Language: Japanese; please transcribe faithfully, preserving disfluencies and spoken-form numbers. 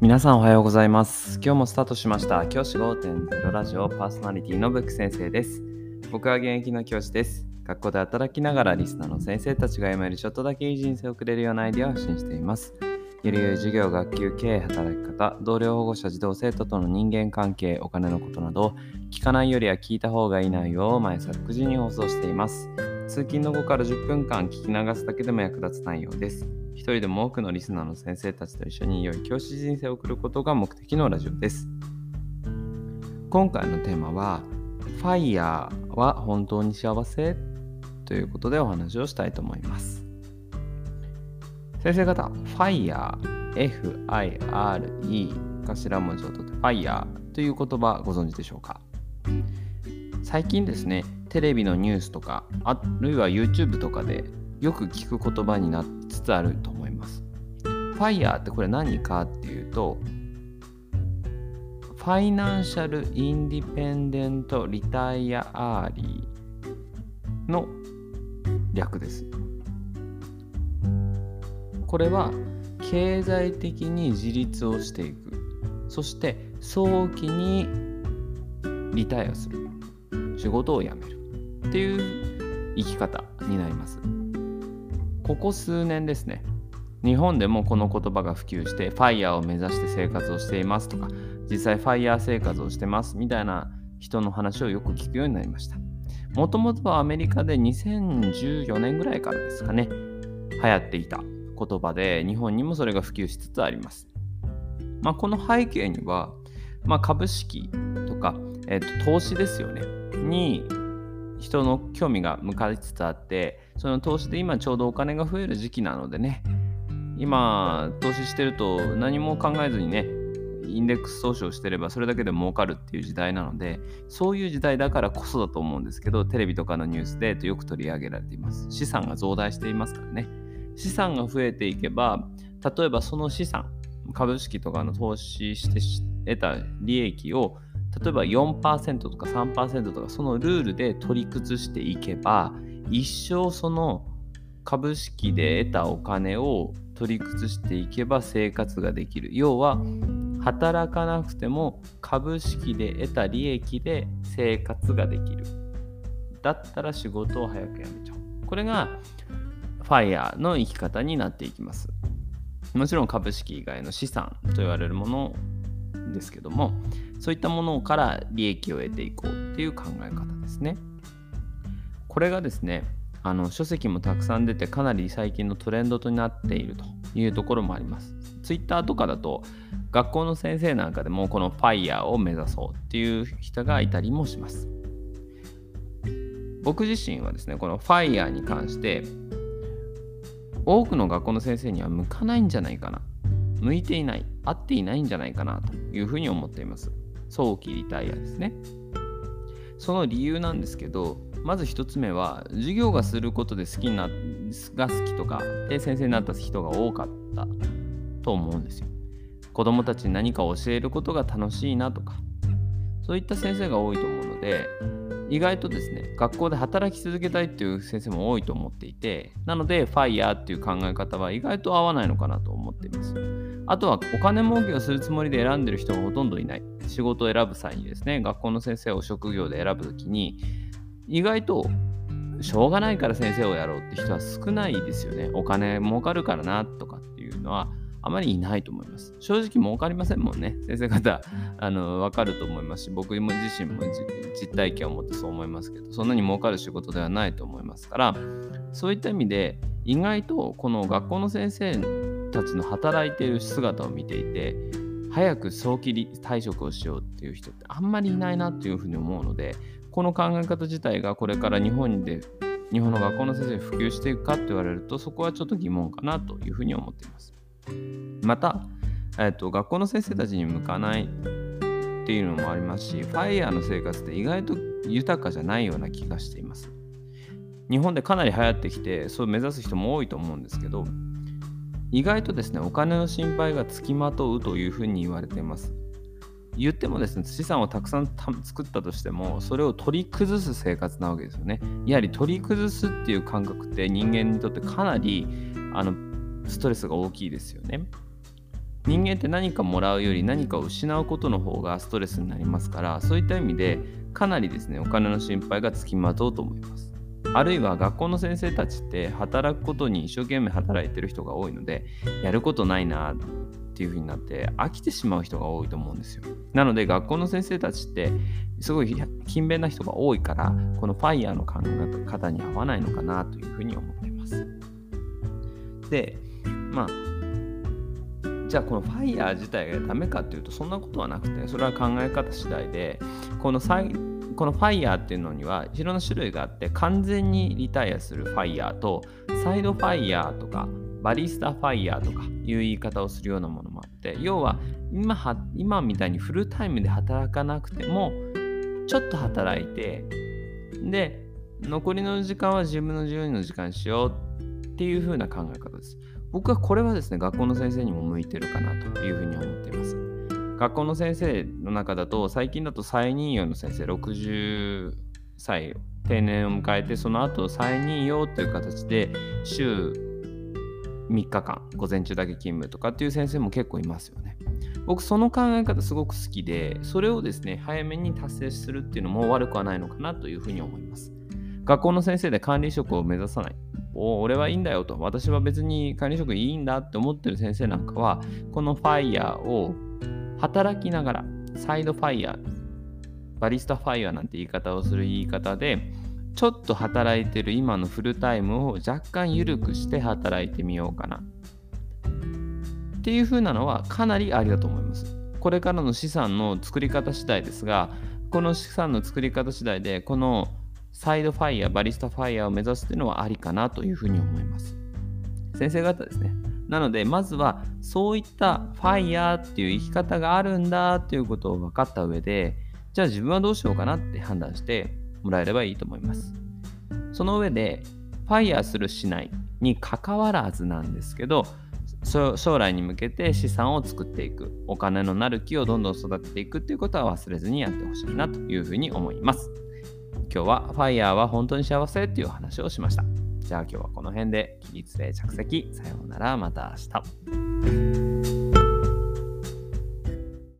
皆さんおはようございます。今日もスタートしました教師 ごてんゼロ ラジオパーソナリティのブック先生です。僕は現役の教師です。学校で働きながらリスナーの先生たちが歩めるちょっとだけいい人生を送れるようなアイデアを発信しています。より良い授業、学級経営、働き方、同僚保護者、児童生徒との人間関係、お金のことなど聞かないよりは聞いた方がいい内容を毎朝くじに放送しています。通勤の後からじゅっぷんかん聞き流すだけでも役立つ内容です。一人でも多くのリスナーの先生たちと一緒に良い教師人生を送ることが目的のラジオです。今回のテーマは ファイヤー は本当に幸せということでお話をしたいと思います。先生方、ファイヤー エフアイアールイー 頭文字を取ってファイヤーという言葉ご存知でしょうか。最近ですね、テレビのニュースとかあるいは YouTube とかでよく聞く言葉になりつつあると思います。ファイヤーってこれ何かっていうと、ファイナンシャルインディペンデントリタイアアーリーの略です。これは経済的に自立をしていく、そして早期にリタイアする、仕事を辞めるっていう生き方になります。ここ数年ですね、日本でもこの言葉が普及して、ファイヤーを目指して生活をしていますとか、実際ファイヤー生活をしてますみたいな人の話をよく聞くようになりました。もともとはアメリカでにせんじゅうよねんぐらいからですかね、流行っていた言葉で、日本にもそれが普及しつつあります。まあ、この背景には、まあ、株式とか、えーと、投資ですよねに人の興味が向かいつつあって、その投資で今ちょうどお金が増える時期なのでね、今投資してると何も考えずにね、インデックス投資をしてればそれだけで儲かるっていう時代なので、そういう時代だからこそだと思うんですけど、テレビとかのニュースでよく取り上げられています。資産が増大していますからね。資産が増えていけば、例えばその資産、株式とかの投資して得た利益を例えば よんパーセント とか さんパーセント とか、そのルールで取り崩していけば、一生その株式で得たお金を取り崩していけば生活ができる。要は働かなくても株式で得た利益で生活ができる。だったら仕事を早く辞めちゃう。これがファイヤーの生き方になっていきます。もちろん株式以外の資産と言われるものですけども、そういったものから利益を得ていこうっていう考え方ですね。これがですね、あの書籍もたくさん出て、かなり最近のトレンドとなっているというところもあります。ツイッターとかだと学校の先生なんかでもこのファイヤーを目指そうっていう人がいたりもします。僕自身はですね、このファイヤーに関して多くの学校の先生には向かないんじゃないかな、向いていない、合っていないんじゃないかなというふうに思っています。早期リタイアですね。その理由なんですけど、まず一つ目は、授業がすることで好きになが好きとかで先生になった人が多かったと思うんですよ。子供たちに何か教えることが楽しいなとか、そういった先生が多いと思うので、意外とですね、学校で働き続けたいっていう先生も多いと思っていて、なのでファイヤーっていう考え方は意外と合わないのかなと思っています。あとはお金儲けをするつもりで選んでる人がほとんどいない。仕事を選ぶ際にですね、学校の先生を職業で選ぶときに、意外としょうがないから先生をやろうって人は少ないですよね。お金儲かるからなとかっていうのはあまりいないと思います。正直儲かりませんもんね。先生方あの分かると思いますし、僕も自身も実体験を持ってそう思いますけど、そんなに儲かる仕事ではないと思いますから、そういった意味で意外とこの学校の先生たちの働いている姿を見ていて、早く早期退職をしようっていう人ってあんまりいないなっていうふうに思うので、この考え方自体がこれから日本で日本の学校の先生に普及していくかと言われると、そこはちょっと疑問かなというふうに思っています。また、えっと、学校の先生たちに向かないっていうのもありますし、ファイヤーの生活って意外と豊かじゃないような気がしています。日本でかなり流行ってきて、そう目指す人も多いと思うんですけど、意外とですね、お金の心配がつきまとうというふうに言われています。言ってもですね、資産をたくさん作ったとしても、それを取り崩す生活なわけですよね。やはり取り崩すっていう感覚って人間にとってかなりあのストレスが大きいですよね。 人間って何かもらうより何かを失うことの方がストレスになりますから、そういった意味でかなりですねお金の心配がつきまとうと思います。あるいは学校の先生たちって働くことに一生懸命働いてる人が多いので、やることないなっていう風になって飽きてしまう人が多いと思うんですよ。なので学校の先生たちってすごい勤勉な人が多いから、このファイヤーの考え方に合わないのかなというふうに思っています。で、まあじゃあこのファイヤー自体がダメかっていうと、そんなことはなくて、それは考え方次第で、このサイこのファイヤーっていうのにはいろんな種類があって、完全にリタイアするファイヤーとサイドファイヤーとかバリスタファイヤーとかいう言い方をするようなものもあって、要は 今, は今みたいにフルタイムで働かなくてもちょっと働いて、で残りの時間は自分の自由の時間にしようっていう風な考え方です。僕はこれはですね学校の先生にも向いてるかなというふうに思っています。学校の先生の中だと、最近だと再任用の先生ろくじゅっさい定年を迎えて、その後再任用という形で週みっかかん午前中だけ勤務とかっていう先生も結構いますよね。僕その考え方すごく好きで、それをですね早めに達成するっていうのも悪くはないのかなというふうに思います。学校の先生で管理職を目指さない、お俺はいいんだよと、私は別に管理職いいんだって思ってる先生なんかは、このファイヤーを働きながら、サイドファイヤー、バリスタファイヤーなんて言い方をする言い方で、ちょっと働いてる今のフルタイムを若干緩くして働いてみようかなっていう風なのはかなりありだと思います。これからの資産の作り方次第ですが、この資産の作り方次第でこのサイドファイヤー、バリスタファイヤーを目指すっていうのはありかなというふうに思います。先生方ですね。なのでまずはそういったファイヤーっていう生き方があるんだっていうことを分かった上で、じゃあ自分はどうしようかなって判断してもらえればいいと思います。その上でファイヤーするしないに関わらずなんですけど、将来に向けて資産を作っていく、お金のなる木をどんどん育てていくっていうことは忘れずにやってほしいなというふうに思います。今日はファイヤーは本当に幸せっていう話をしました。じゃあ今日はこの辺で起立で着席。さようなら、また明日。